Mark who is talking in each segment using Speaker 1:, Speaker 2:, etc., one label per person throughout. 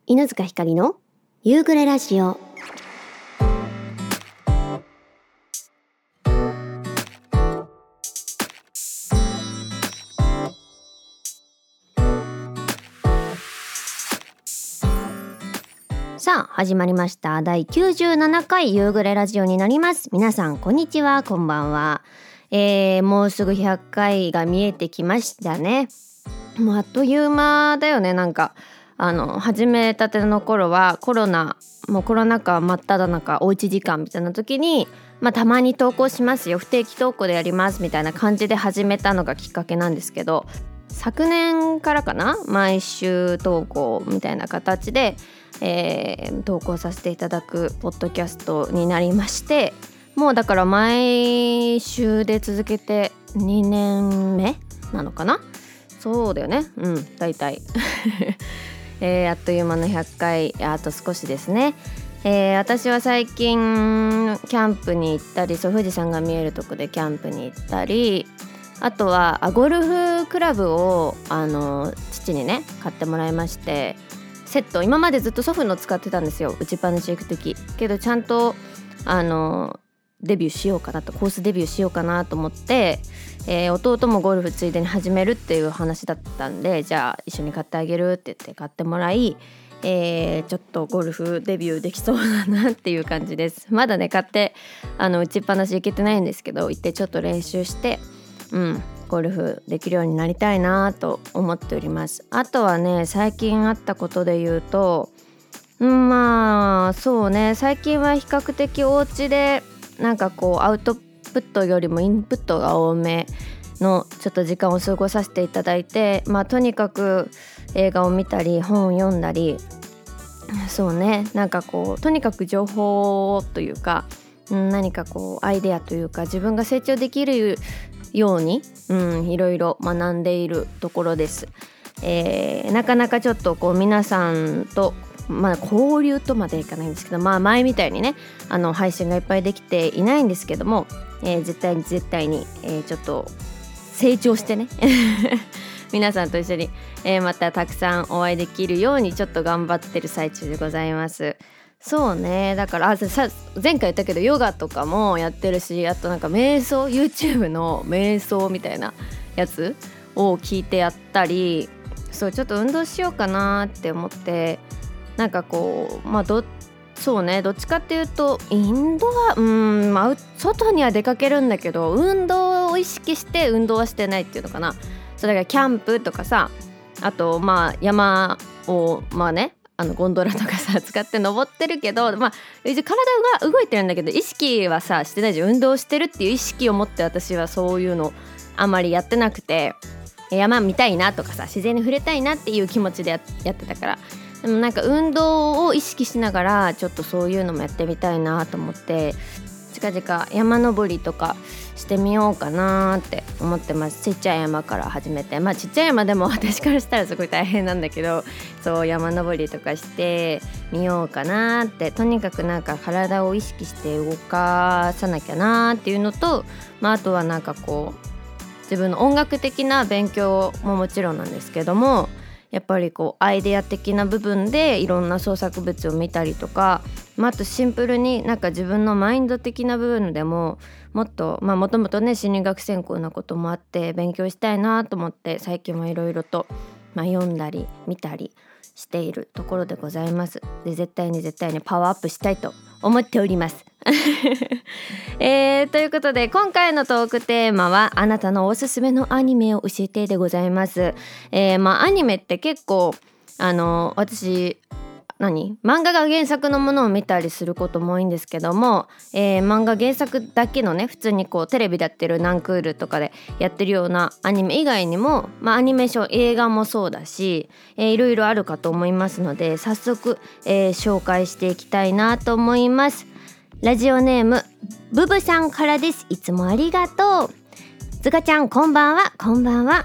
Speaker 1: 犬塚ひかりの夕暮れラジオ。さあ始まりました。第97回夕暮れラジオになります。皆さんこんにちは、こんばんは。もうすぐ100回が見えてきましたね。もうあっという間だよね。なんか始めたての頃はコロナ禍真っ只中、おうち時間みたいな時に、たまに投稿しますよ、不定期投稿でやりますみたいな感じで始めたのがきっかけなんですけど、昨年からかな、毎週投稿みたいな形で、投稿させていただくポッドキャストになりまして、もうだから毎週で続けて2年目なのかな。そうだよね、だいたいあっという間の100回、あと少しですね。私は最近キャンプに行ったり、富士山が見えるとこでキャンプに行ったり、あとはゴルフクラブを父にね買ってもらいまして、セット、今までずっと祖父の使ってたんですよ、打ちっぱなし行く時。けどちゃんとデビューしようかなと、コースデビューしようかなと思って、弟もゴルフついでに始めるっていう話だったんで、じゃあ一緒に買ってあげるって言って買ってもらい、ちょっとゴルフデビューできそうだなっていう感じです。まだね買って打ちっぱなし行けてないんですけど、行ってちょっと練習して、ゴルフできるようになりたいなと思っております。あとはね、最近あったことで言うと、そうね、最近は比較的お家でなんかこうアウトプットよりもインプットが多めのちょっと時間を過ごさせていただいて、とにかく映画を見たり本を読んだり、そうね、なんかこうとにかく情報というか、何かこうアイデアというか、自分が成長できるように、いろいろ学んでいるところです。なかなかちょっとこう皆さんと交流とまでいかないんですけど、前みたいにね配信がいっぱいできていないんですけども、絶対に、ちょっと成長してね皆さんと一緒に、またたくさんお会いできるようにちょっと頑張ってる最中でございます。そうね、だから前回言ったけどヨガとかもやってるし、あとなんか瞑想、 YouTube の瞑想みたいなやつを聞いてやったり、そうちょっと運動しようかなって思って、なんかこうそうね、どっちかっていうとインドは外には出かけるんだけど、運動を意識して運動はしてないっていうのかな。そうだからキャンプとかさ、あと山をゴンドラとかさ使って登ってるけど、体が動いてるんだけど意識はさしてないじゃん。運動してるっていう意識を持って私はそういうのあまりやってなくて、山見たいなとかさ、自然に触れたいなっていう気持ちでやってたから。でもなんか運動を意識しながらちょっとそういうのもやってみたいなと思って、近々山登りとかしてみようかなって思ってます。ちっちゃい山から始めて、ちっちゃい山でも私からしたらすごい大変なんだけど、そう山登りとかしてみようかなって、とにかくなんか体を意識して動かさなきゃなっていうのと、あとはなんかこう自分の音楽的な勉強ももちろんなんですけども、やっぱりこうアイデア的な部分でいろんな創作物を見たりとか、あとシンプルになんか自分のマインド的な部分でももっともともとね心理学専攻なこともあって勉強したいなと思って、最近はいろいろと読んだり見たりしているところでございます。で絶対にパワーアップしたいと思っておりますということで今回のトークテーマは、あなたのおすすめのアニメを教えてでございます。アニメって結構私漫画が原作のものを見たりすることも多いんですけども、漫画原作だけのね、普通にこうテレビでやってるナンクールとかでやってるようなアニメ以外にも、アニメーション映画もそうだし、いろいろあるかと思いますので、早速、紹介していきたいなと思います。ラジオネームブブさんからです。いつもありがとう。ずかちゃんこんばんは。こんばんは。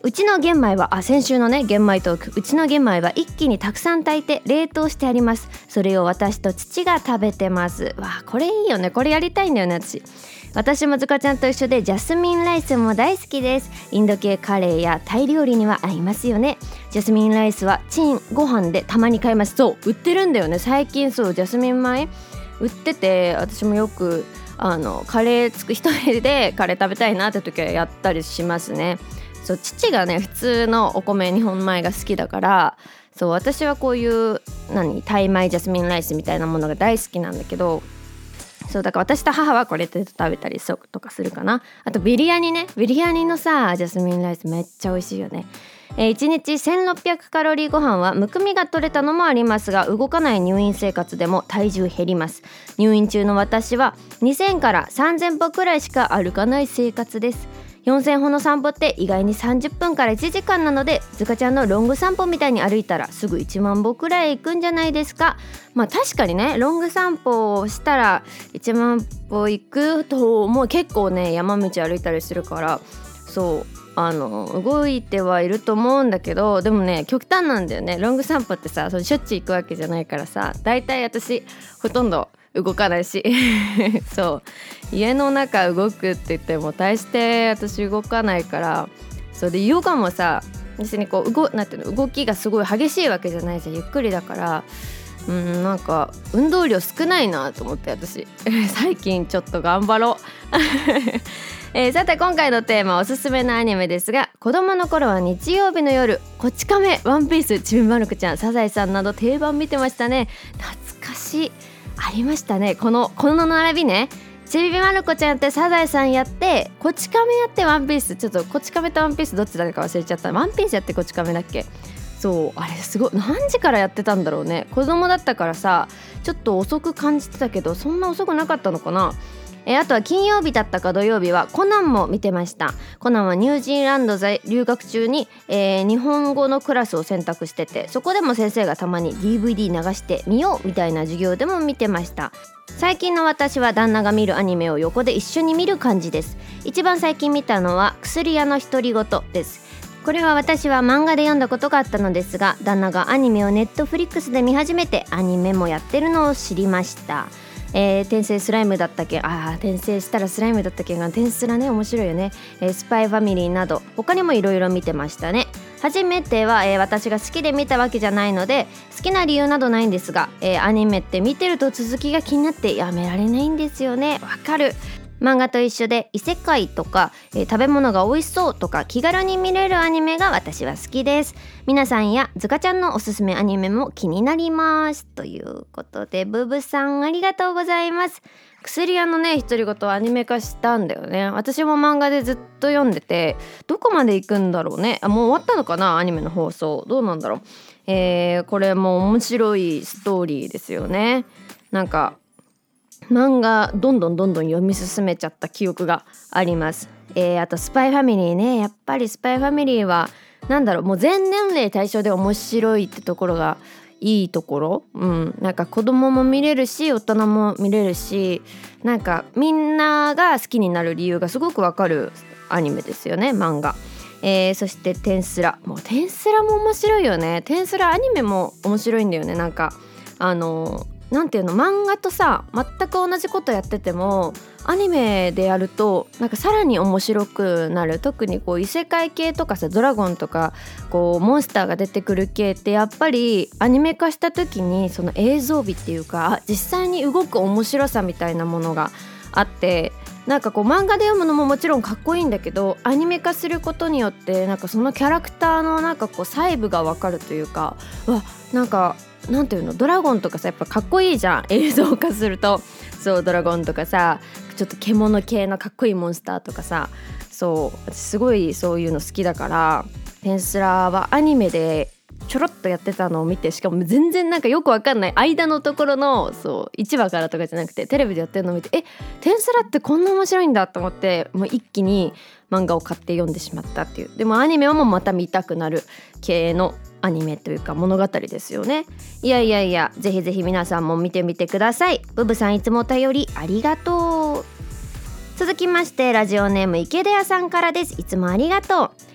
Speaker 1: うちの玄米は先週のね玄米トーク、うちの玄米は一気にたくさん炊いて冷凍してあります。それを私と父が食べてます。わあこれいいよね、これやりたいんだよね私もずかちゃんと一緒でジャスミンライスも大好きです。インド系カレーやタイ料理には合いますよね。ジャスミンライスはチンご飯でたまに買います。そう売ってるんだよね最近。そうジャスミン米売ってて、私もよくカレー一人でカレー食べたいなって時はやったりしますね。そう父がね普通のお米日本米が好きだから、そう私はこういうタイ米ジャスミンライスみたいなものが大好きなんだけど、そうだから私と母はこれで食べたりとかするかな。あとビリヤニのさジャスミンライスめっちゃ美味しいよね。1日1600カロリーご飯はむくみが取れたのもありますが、動かない入院生活でも体重減ります。入院中の私は2000から3000歩くらいしか歩かない生活です。4000歩の散歩って意外に30分から1時間なので、ずかちゃんのロング散歩みたいに歩いたらすぐ1万歩くらい行くんじゃないですか。まあ確かにねロング散歩をしたら1万歩行くともう結構ね山道歩いたりするから、そう動いてはいると思うんだけど、でもね極端なんだよね。ロング散歩ってさしょっちゅう行くわけじゃないからさ、だいたい私ほとんど動かないしそう家の中動くって言っても大して私動かないから、そうでヨガもさ別にこうなんていうの動きがすごい激しいわけじゃないじゃん、ゆっくりだからなんか運動量少ないなと思って私最近ちょっと頑張ろうさて今回のテーマおすすめのアニメですが、子供の頃は日曜日の夜こち亀、ワンピース、ちびまる子ちゃん、サザエさんなど定番見てましたね。懐かしい、ありましたね。この並びね、ちびまる子ちゃんやってサザエさんやってこち亀やってワンピース、ちょっとこち亀とワンピースどっちだか忘れちゃった。ワンピースやってこち亀だっけ。そうあれすごい何時からやってたんだろうね。子供だったからさちょっと遅く感じてたけどそんな遅くなかったのかな。あとは金曜日だったか土曜日はコナンも見てました。コナンはニュージーランド留学中に、日本語のクラスを選択してて、そこでも先生がたまに DVD 流してみようみたいな授業でも見てました。最近の私は旦那が見るアニメを横で一緒に見る感じです。一番最近見たのは薬屋の独り言です。これは私は漫画で読んだことがあったのですが、旦那がアニメをネットフリックスで見始めてアニメもやってるのを知りました。転生スライムだったっけ、転生したらスライムだったっけが転スラね、面白いよね。スパイファミリーなど他にもいろいろ見てましたね。初めては、私が好きで見たわけじゃないので好きな理由などないんですが、アニメって見てると続きが気になってやめられないんですよね。わかる。漫画と一緒で異世界とか、食べ物が美味しそうとか気軽に見れるアニメが私は好きです。皆さんやずかちゃんのおすすめアニメも気になりますということで、ブブさんありがとうございます。薬屋のね独り言をアニメ化したんだよね。私も漫画でずっと読んでて、どこまで行くんだろうね。もう終わったのかなアニメの放送、どうなんだろう。これも面白いストーリーですよね。なんか漫画どんどん読み進めちゃった記憶があります。あとスパイファミリーね。やっぱりスパイファミリーはもう全年齢対象で面白いってところがいいところ。なんか子供も見れるし大人も見れるし、なんかみんなが好きになる理由がすごくわかるアニメですよね漫画。そしてテンスラも面白いよね。テンスラアニメも面白いんだよね。なんかなんていうの、漫画とさ全く同じことやっててもアニメでやるとなんかさらに面白くなる。特にこう異世界系とかさ、ドラゴンとかこうモンスターが出てくる系ってやっぱりアニメ化した時にその映像美っていうか実際に動く面白さみたいなものがあって、なんかこう漫画で読むのももちろんかっこいいんだけど、アニメ化することによってなんかそのキャラクターのなんかこう細部がわかるというか、なんかなんていうの、ドラゴンとかさやっぱかっこいいじゃん映像化すると。そうドラゴンとかさちょっと獣系のかっこいいモンスターとかさ、そう私すごいそういうの好きだから、テンスラはアニメでちょろっとやってたのを見て、しかも全然なんかよくわかんない間のところのそう1話からとかじゃなくてテレビでやってるのを見て、テンスラってこんな面白いんだと思って、もう一気に漫画を買って読んでしまったっていう。でもアニメはもうまた見たくなる系のアニメというか物語ですよね。いやぜひぜひ皆さんも見てみてください。ブブさんいつもお便りありがとう。続きましてラジオネーム池田屋さんからです。いつもありがとう。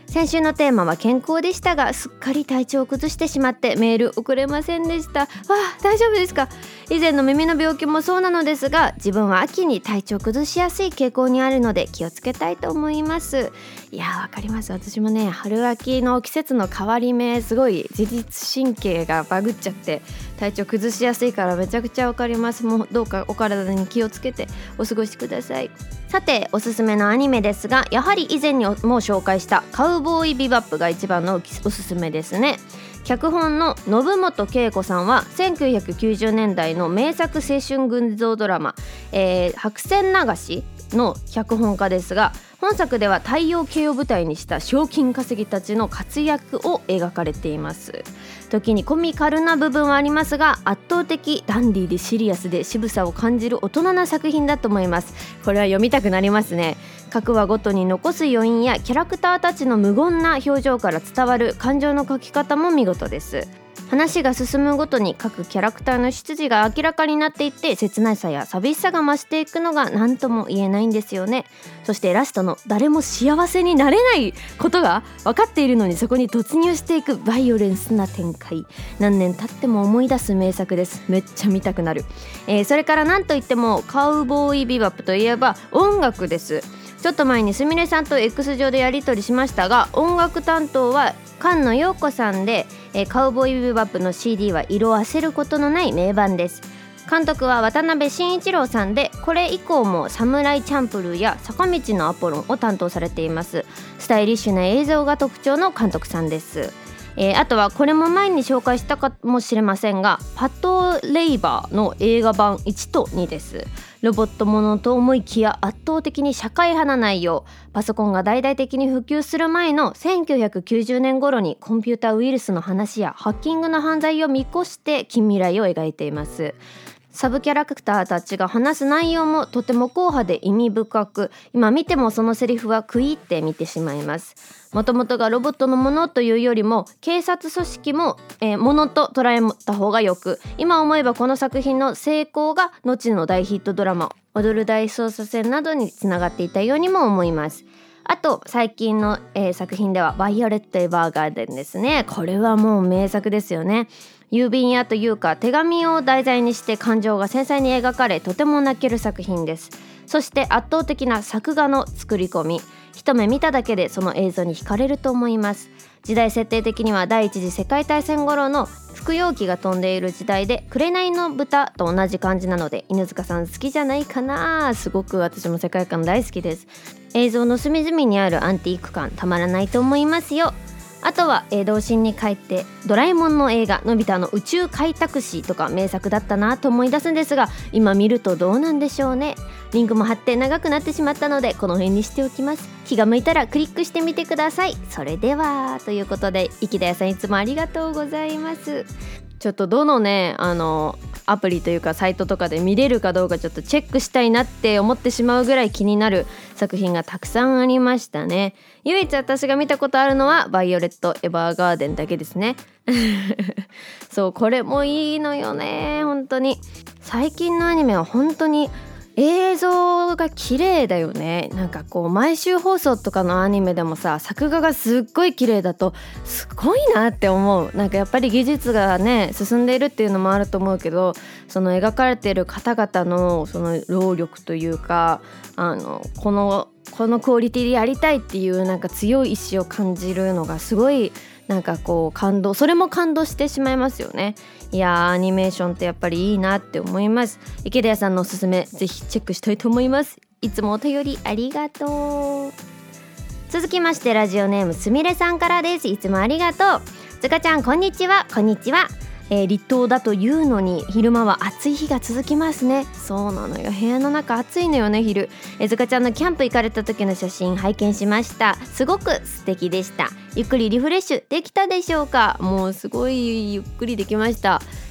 Speaker 1: 先週のテーマは健康でしたが、すっかり体調を崩してしまってメール送れませんでした。大丈夫ですか？以前の耳の病気もそうなのですが、自分は秋に体調崩しやすい傾向にあるので気をつけたいと思います。いやわかります。私もね、春秋の季節の変わり目、すごい自律神経がバグっちゃって体調崩しやすいからめちゃくちゃわかります。もうどうかお体に気をつけてお過ごしください。さて、おすすめのアニメですが、やはり以前にも紹介したカウボーイビバップが一番のおすすめですね。脚本の信本恵子さんは1990年代の名作青春群像ドラマ、白線流しの脚本家ですが、本作では太陽系を舞台にした賞金稼ぎたちの活躍を描かれています。時にコミカルな部分はありますが、圧倒的ダンディーでシリアスで渋さを感じる大人な作品だと思います。これは読みたくなりますね。各話ごとに残す余韻やキャラクターたちの無言な表情から伝わる感情の描き方も見事です。話が進むごとに各キャラクターの出自が明らかになっていって、切なさや寂しさが増していくのが何とも言えないんですよね。そしてラストの誰も幸せになれないことが分かっているのにそこに突入していくバイオレンスな展開、何年経っても思い出す名作です。めっちゃ見たくなる。それから何といってもカウボーイビバップといえば音楽です。ちょっと前にすみれさんと X 上でやり取りしましたが、音楽担当は菅野陽子さんで、カウボーイビバップの CD は色あせることのない名盤です。監督は渡辺慎一郎さんで、これ以降もサムライチャンプルーや坂道のアポロンを担当されています。スタイリッシュな映像が特徴の監督さんです。あとはこれも前に紹介したかもしれませんが、パト・レイバーの映画版1と2です。ロボットものと思いきや圧倒的に社会派な内容。パソコンが大々的に普及する前の1990年頃にコンピューターウイルスの話やハッキングの犯罪を見越して近未来を描いています。サブキャラクターたちが話す内容もとても硬派で意味深く、今見てもそのセリフは食い入って見てしまいます。もともとがロボットのものというよりも警察組織も、ものと捉えた方がよく、今思えばこの作品の成功が後の大ヒットドラマ踊る大捜査線などにつながっていたようにも思います。あと最近の、作品ではバイオレット・エヴァーガーデンですね。これはもう名作ですよね。郵便屋というか手紙を題材にして感情が繊細に描かれ、とても泣ける作品です。そして圧倒的な作画の作り込み、一目見ただけでその映像に惹かれると思います。時代設定的には第一次世界大戦頃の服用機が飛んでいる時代で、紅の豚と同じ感じなので犬塚さん好きじゃないかな。すごく私も世界観大好きです。映像の隅々にあるアンティーク感たまらないと思いますよ。あとは童心に帰ってドラえもんの映画のび太の宇宙開拓史とか名作だったなと思い出すんですが、今見るとどうなんでしょうね。リンクも貼って長くなってしまったのでこの辺にしておきます。気が向いたらクリックしてみてください。それではということで、池田屋さんいつもありがとうございます。ちょっとどのねアプリというかサイトとかで見れるかどうかちょっとチェックしたいなって思ってしまうぐらい気になる作品がたくさんありましたね。唯一私が見たことあるのはバイオレット・エヴァーガーデンだけですねそう、これもいいのよね。本当に最近のアニメは本当に映像が綺麗だよね。なんかこう毎週放送とかのアニメでもさ、作画がすっごい綺麗だとすごいなって思う。なんかやっぱり技術がね進んでいるっていうのもあると思うけど、その描かれている方々のその労力というか、このクオリティでやりたいっていうなんか強い意志を感じるのがすごいなんかこうそれも感動してしまいますよね。いやー、アニメーションってやっぱりいいなって思います。池田屋さんのおすすめぜひチェックしたいと思います。いつもお便りありがとう。続きましてラジオネームすみれさんからです。いつもありがとう。ずかちゃんこんにちは。こんにちは。立冬だというのに昼間は暑い日が続きますね。そうなのよ、部屋の中暑いのよね昼。ずかちゃんのキャンプ行かれた時の写真拝見しました。すごく素敵でした。ゆっくりリフレッシュできたでしょうか。もうすごいゆっくりできました。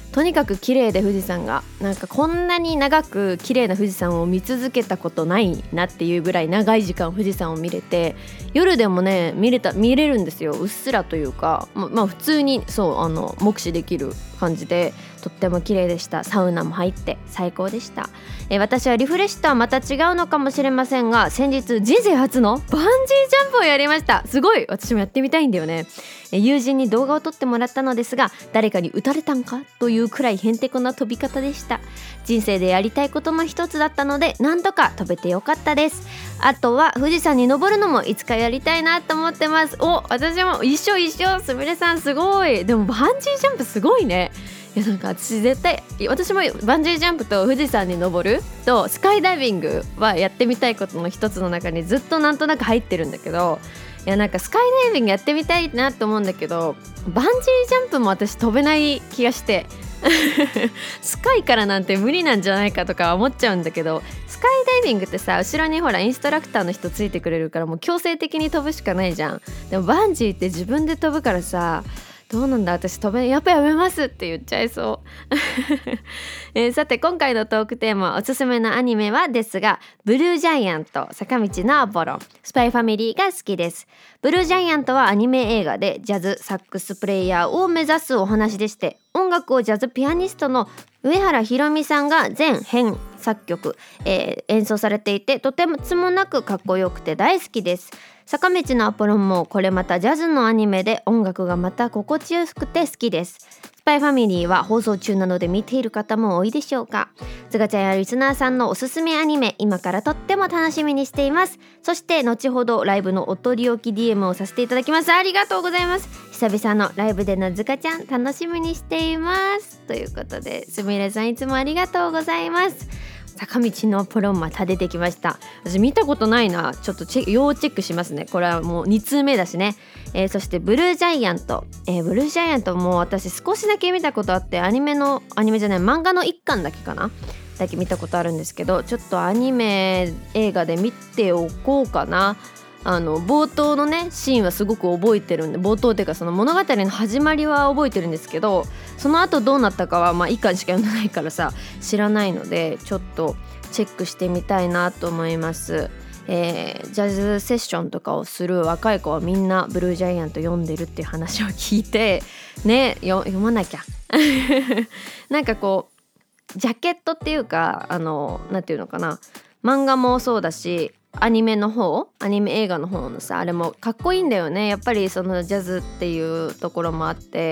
Speaker 1: とにかく綺麗で富士山がなんかこんなに長く綺麗な富士山を見続けたことないなっていうぐらい長い時間富士山を見れて、夜でもね見れるんですよ。うっすらというか、まあ普通にそう目視できる感じでとっても綺麗でした。サウナも入って最高でした。私はリフレッシュとはまた違うのかもしれませんが、先日人生初のバンジージャンプをやりました。すごい、私もやってみたいんだよね。友人に動画を撮ってもらったのですが、誰かに撃たれたんかというくらいへんてこな飛び方でした。人生でやりたいことの一つだったので、なんとか飛べてよかったです。あとは富士山に登るのもいつかやりたいなと思ってます。私も一緒。すみれさんすごい。でもバンジージャンプすごいね。いやなんか私もバンジージャンプと富士山に登るとスカイダイビングはやってみたいことの一つの中にずっとなんとなく入ってるんだけど、いやなんかスカイダイビングやってみたいなと思うんだけど、バンジージャンプも私飛べない気がしてスカイからなんて無理なんじゃないかとか思っちゃうんだけど、スカイダイビングってさ、後ろにほらインストラクターの人ついてくれるからもう強制的に飛ぶしかないじゃん。でもバンジーって自分で飛ぶからさ、どうなんだ、私やっぱやめますって言っちゃいそうさて今回のトークテーマ、おすすめのアニメはですが、ブルージャイアント、坂道のアポロン、スパイファミリーが好きです。ブルージャイアントはアニメ映画でジャズサックスプレイヤーを目指すお話でして、音楽をジャズピアニストの上原ひろみさんが全編作曲、演奏されていて、とてつもなくかっこよくて大好きです。坂道のアポロンもこれまたジャズのアニメで音楽がまた心地よくて好きです。スパイファミリーは放送中なので見ている方も多いでしょうか。つがちゃんやリスナーさんのおすすめアニメ、今からとっても楽しみにしています。そして後ほどライブのお取り置き DM をさせていただきます。ありがとうございます。久々のライブでのつがちゃん楽しみにしていますということで、すみれさんいつもありがとうございます。坂道のアポロンまた出てきました。私見たことないな。ちょっと要チェックしますね。これはもう2通目だしね。そしてブルージャイアント、ブルージャイアントも私少しだけ見たことあって、漫画の1巻だけかなだけ見たことあるんですけど、ちょっとアニメ映画で見ておこうかな。冒頭のねシーンはすごく覚えてるんで、冒頭っていうかその物語の始まりは覚えてるんですけど、その後どうなったかは1巻しか読んでないからさ知らないので、ちょっとチェックしてみたいなと思います。ジャズセッションとかをする若い子はみんなブルージャイアント読んでるっていう話を聞いてね、読まなきゃなんかこうジャケットっていうかなんていうのかな、漫画もそうだしアニメ映画の方のさ、あれもかっこいいんだよね。やっぱりそのジャズっていうところもあって、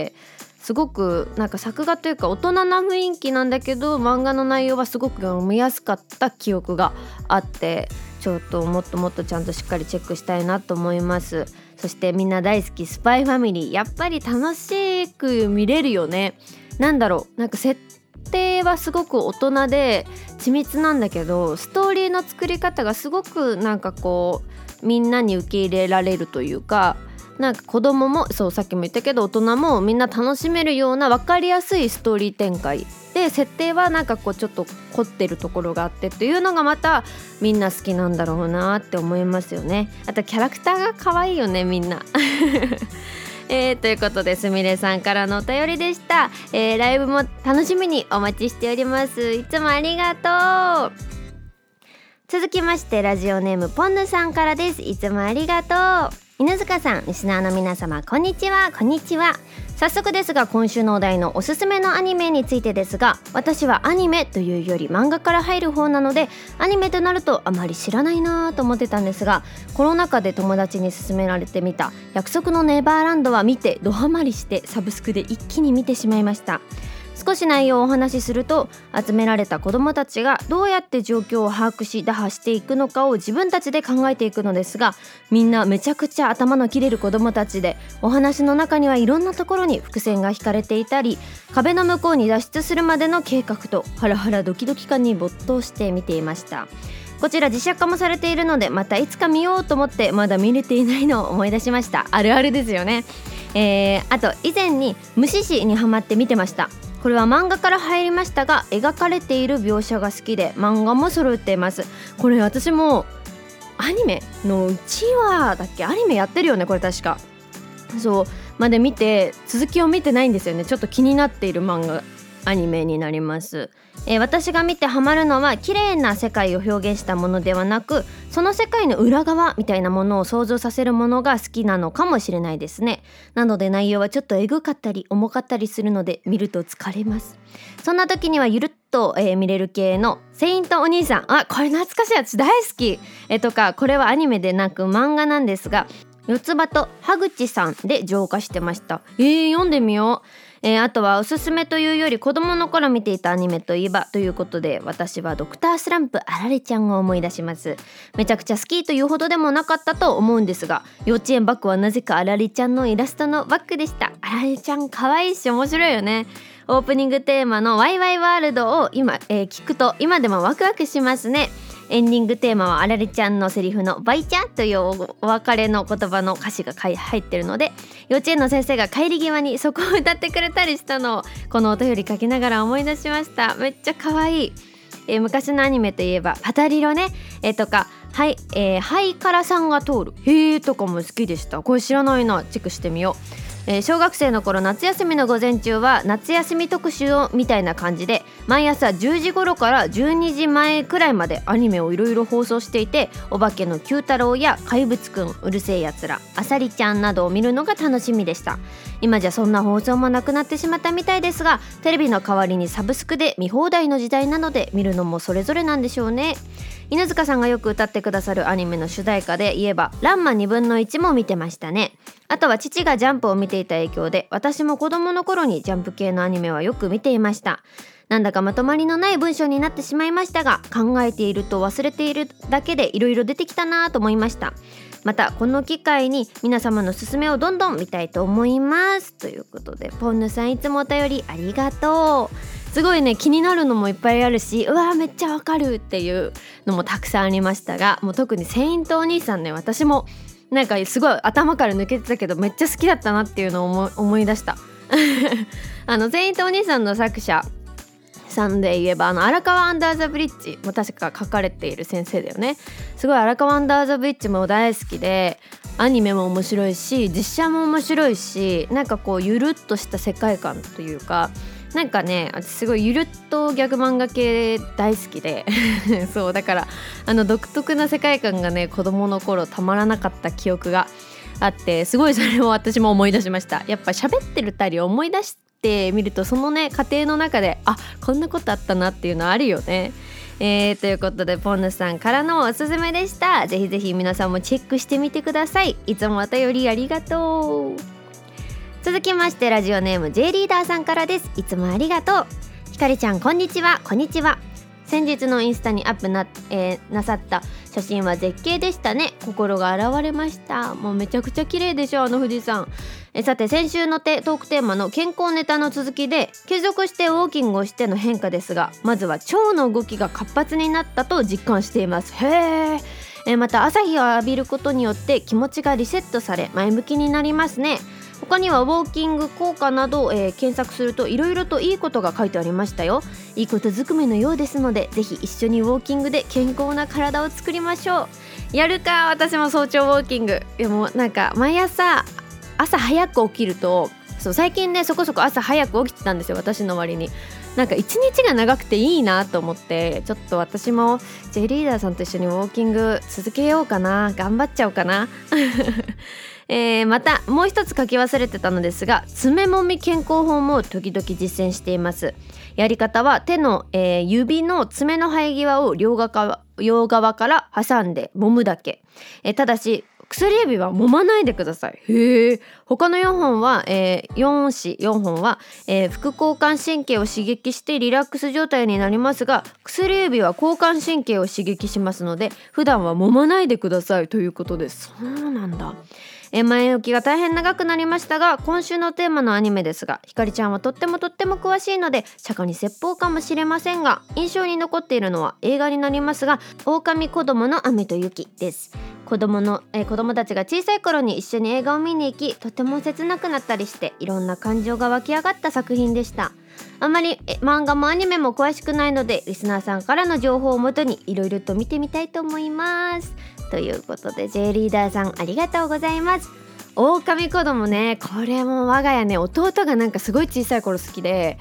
Speaker 1: すごくなんか作画というか大人な雰囲気なんだけど、漫画の内容はすごく読みやすかった記憶があって、ちょっともっともっとちゃんとしっかりチェックしたいなと思います。そしてみんな大好きスパイファミリー、やっぱり楽しく見れるよね。なんだろう、なんか設定はすごく大人で緻密なんだけど、ストーリーの作り方がすごくなんかこうみんなに受け入れられるというか、なんか子供もそう、さっきも言ったけど大人もみんな楽しめるような分かりやすいストーリー展開で、設定はなんかこうちょっと凝ってるところがあってっていうのがまたみんな好きなんだろうなって思いますよね。あとキャラクターが可愛いよねみんなということで、すみれさんからのお便りでした。ライブも楽しみにお待ちしております。いつもありがとう。続きましてラジオネームポンヌさんからです。いつもありがとう。犬塚さん、リスナーの皆様こんにちは。こんにちは。早速ですが今週のお題のおすすめのアニメについてですが、私はアニメというより漫画から入る方なので、アニメとなるとあまり知らないなと思ってたんですが、コロナ禍で友達に勧められてみた約束のネバーランドは見てドハマりしてサブスクで一気に見てしまいました。少し内容をお話しすると、集められた子どもたちがどうやって状況を把握し打破していくのかを自分たちで考えていくのですが、みんなめちゃくちゃ頭の切れる子どもたちで、お話の中にはいろんなところに伏線が引かれていたり、壁の向こうに脱出するまでの計画とハラハラドキドキ感に没頭して見ていました。こちら実写化もされているので、またいつか見ようと思ってまだ見れていないのを思い出しました。あるあるですよね。あと以前に無視しにハマって見てました。これは漫画から入りましたが、描かれている描写が好きで漫画も揃っています。これ私もアニメの1話だっけ、アニメやってるよねこれ確か。そうまで見て続きを見てないんですよね。ちょっと気になっている漫画アニメになります。私が見てハマるのは綺麗な世界を表現したものではなく、その世界の裏側みたいなものを想像させるものが好きなのかもしれないですね。なので内容はちょっとエグかったり重かったりするので見ると疲れます。そんな時にはゆるっと、見れる系のセイントお兄さん、これ懐かしい、私大好き、とか、これはアニメでなく漫画なんですが、四つ葉と歯口さんで浄化してました。読んでみよう。あとはおすすめというより子供の頃見ていたアニメといえばということで、私はドクタースランプあられちゃんを思い出します。めちゃくちゃ好きというほどでもなかったと思うんですが、幼稚園バッグはなぜかあられちゃんのイラストのバッグでした。あられちゃん可愛いし面白いよね。オープニングテーマのワイワイワールドを今、聞くと今でもワクワクしますね。エンディングテーマはあられちゃんのセリフのバイチャというお別れの言葉の歌詞が入ってるので、幼稚園の先生が帰り際にそこを歌ってくれたりしたのをこのお便り書きながら思い出しました。めっちゃ可愛い。昔のアニメといえばパタリロね、とかハイカラさんが通るとかも好きでした。これ知らないな、チェックしてみよう。小学生の頃、夏休みの午前中は夏休み特集をみたいな感じで毎朝10時頃から12時前くらいまでアニメをいろいろ放送していて、お化けの九太郎や怪物くん、うるせえやつら、あさりちゃんなどを見るのが楽しみでした。今じゃそんな放送もなくなってしまったみたいですが、テレビの代わりにサブスクで見放題の時代なので見るのもそれぞれなんでしょうね。犬塚さんがよく歌ってくださるアニメの主題歌で言えばランマ2分の1も見てましたね。あとは父がジャンプを見ていた影響で、私も子供の頃にジャンプ系のアニメはよく見ていました。なんだかまとまりのない文章になってしまいましたが、考えていると忘れているだけでいろいろ出てきたなと思いました。またこの機会に皆様のすすめをどんどん見たいと思いますということで、ポンヌさんいつもお便りありがとう。すごいね、気になるのもいっぱいあるし、うわめっちゃわかるっていうのもたくさんありましたが、もう特にセイントお兄さんね、私もなんかすごい頭から抜けてたけどめっちゃ好きだったなっていうのを思い出したセイントお兄さんの作者さんで言えば荒川アンダーザブリッジも確か書かれている先生だよね。すごい荒川アンダーザブリッジも大好きで、アニメも面白いし実写も面白いし、なんかこうゆるっとした世界観というか、なんかね、私すごいゆるっとギャグ漫画系大好きでそうだから独特な世界観がね、子供の頃たまらなかった記憶があって、すごいそれを私も思い出しました。やっぱ喋ってるたり思い出してみると、そのね過程の中でこんなことあったなっていうのあるよね。ということでポンヌさんからのおすすめでした。ぜひぜひ皆さんもチェックしてみてください。いつもお便りありがとう。続きましてラジオネーム J リーダーさんからです。いつもありがとう。ひかりちゃんこんにちは。こんにちは。先日のインスタにアップ なさった写真は絶景でしたね。心が洗われました。もうめちゃくちゃ綺麗でしょ、富士山。さて先週のトークテーマの健康ネタの続きで、継続してウォーキングをしての変化ですが、まずは腸の動きが活発になったと実感しています。へー。また朝日を浴びることによって気持ちがリセットされ前向きになりますね。他にはウォーキング効果などを、検索するといろいろといいことが書いてありましたよ。いいことずくめのようですので、ぜひ一緒にウォーキングで健康な体を作りましょう。やるか。私も早朝ウォーキング。でもなんか毎朝早く起きると、そう最近ねそこそこ朝早く起きてたんですよ、私の割に。なんか一日が長くていいなと思って、ちょっと私も J リーダーさんと一緒にウォーキング続けようかな。頑張っちゃおうかなまたもう一つ書き忘れてたのですが、爪もみ健康法も時々実践しています。やり方は手の、指の爪の生え際を両側から挟んで揉むだけ。ただし薬指は揉まないでください。へー。他の4本は、4本は、副交感神経を刺激してリラックス状態になりますが、薬指は交感神経を刺激しますので普段は揉まないでくださいということです。そうなんだ。前置きが大変長くなりましたが、今週のテーマのアニメですが、ひかりちゃんはとっても詳しいので釈迦に説法かもしれませんが、印象に残っているのは映画になりますが、狼子供の雨と雪です。子供たちが小さい頃に一緒に映画を見に行き、とても切なくなったりしていろんな感情が湧き上がった作品でした。あまり漫画もアニメも詳しくないので、リスナーさんからの情報をもとにいろいろと見てみたいと思いますということで、 J リーダーさんありがとうございます。狼子供ね、これも我が家ね、弟がなんかすごい小さい頃好きで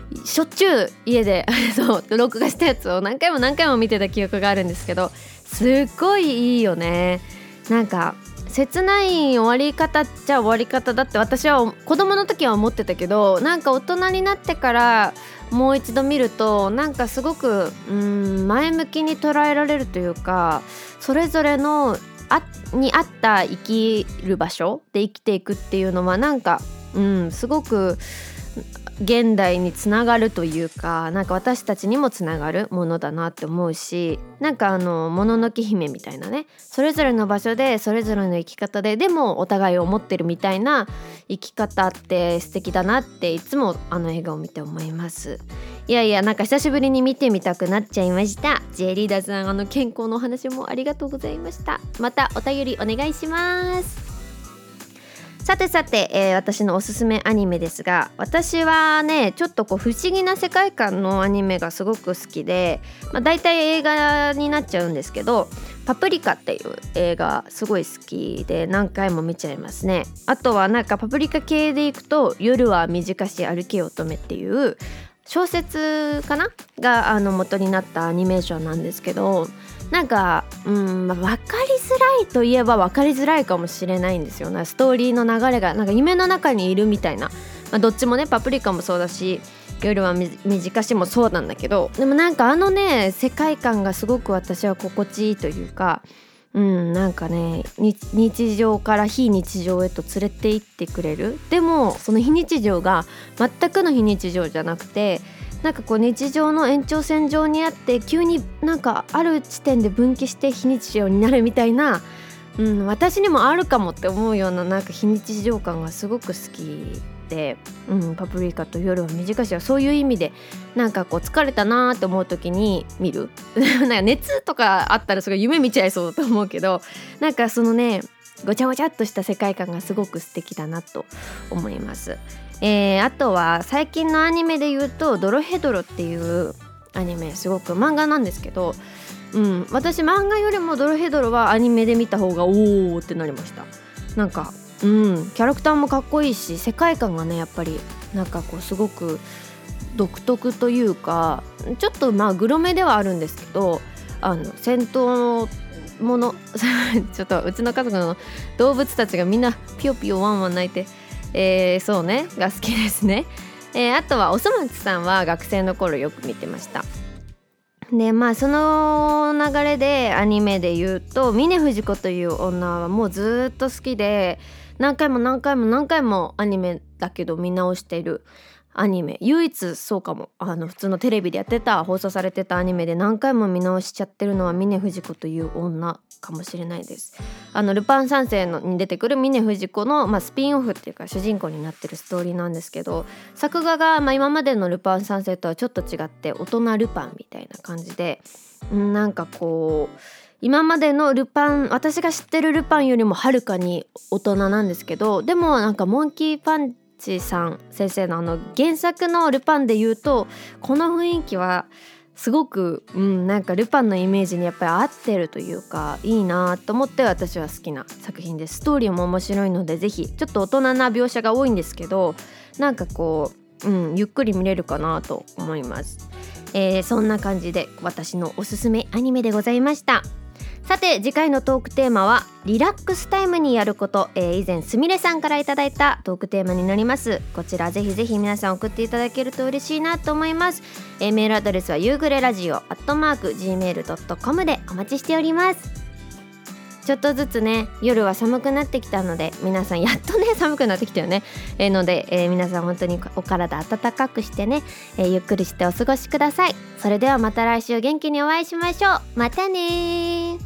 Speaker 1: しょっちゅう家でそう録画したやつを何回も見てた記憶があるんですけど、すっごいいいよね。なんか切ない終わり方っちゃ終わり方だって私は子供の時は思ってたけど、なんか大人になってからもう一度見るとなんかすごく前向きに捉えられるというか、それぞれのに合った生きる場所で生きていくっていうのはなんかすごく現代につながるというか、なんか私たちにもつながるものだなって思うし、なんかもののけ姫みたいなね、それぞれの場所でそれぞれの生き方ででもお互いを思ってるみたいな生き方って素敵だなっていつも映画を見て思います。いやなんか久しぶりに見てみたくなっちゃいました。 J リーダーさん健康のお話もありがとうございました。またお便りお願いします。さて、私のおすすめアニメですが、私はねちょっと不思議な世界観のアニメがすごく好きで、だいたい映画になっちゃうんですけど、パプリカっていう映画すごい好きで何回も見ちゃいますね。あとはなんかパプリカ系でいくと夜は短し歩けよ乙女っていう小説かなが元になったアニメーションなんですけど、なんか分かりづらいといえば分かりづらいかもしれないんですよね。ストーリーの流れがなんか夢の中にいるみたいな、どっちもね、パプリカもそうだし夜は短しもそうなんだけど、でもなんか世界観がすごく私は心地いいというか、なんかね日常から非日常へと連れて行ってくれる。でもその非日常が全くの非日常じゃなくて、なんか日常の延長線上にあって急になんかある地点で分岐して非日常になるみたいな、私にもあるかもって思うようななんか非日常感がすごく好きで、パプリカと夜は短しはそういう意味でなんか疲れたなって思う時に見るなんか熱とかあったらすごい夢見ちゃいそうだと思うけど、なんかそのねごちゃごちゃっとした世界観がすごく素敵だなと思います。あとは最近のアニメで言うとドロヘドロっていうアニメ、すごく漫画なんですけど、私漫画よりもドロヘドロはアニメで見た方がおーってなりました。なんかキャラクターもかっこいいし、世界観がねやっぱりなんかすごく独特というか、ちょっとグロめではあるんですけど、戦闘ものちょっとうちの家族の動物たちがみんなピヨピヨワンワン泣いてそうねが好きですね。あとはおそ松さんは学生の頃よく見てました。でその流れでアニメで言うと峰不二子という女はもうずっと好きで、何回もアニメだけど見直しているアニメ、唯一そうかも。普通のテレビでやってた放送されてたアニメで何回も見直しちゃってるのは峰不二子という女かもしれないです。ルパン三世に出てくる峰不二子の、スピンオフっていうか主人公になってるストーリーなんですけど、作画が、今までのルパン三世とはちょっと違って大人ルパンみたいな感じで、なんか今までのルパン、私が知ってるルパンよりもはるかに大人なんですけど、でもなんかモンキーパンチさん先生の原作のルパンで言うとこの雰囲気はすごく、なんかルパンのイメージにやっぱり合ってるというか、いいなと思って私は好きな作品です。ストーリーも面白いのでぜひ、ちょっと大人な描写が多いんですけど、なんかゆっくり見れるかなと思います。そんな感じで私のおすすめアニメでございました。さて次回のトークテーマはリラックスタイムにやること、以前すみれさんからいただいたトークテーマになります。こちらぜひ皆さん送っていただけると嬉しいなと思います。メールアドレスは夕暮れラジオ@gmail.com でお待ちしております。ちょっとずつね夜は寒くなってきたので、皆さんやっとね寒くなってきたよね、ので、皆さん本当にお体温かくしてね、ゆっくりしてお過ごしください。それではまた来週元気にお会いしましょう。またね。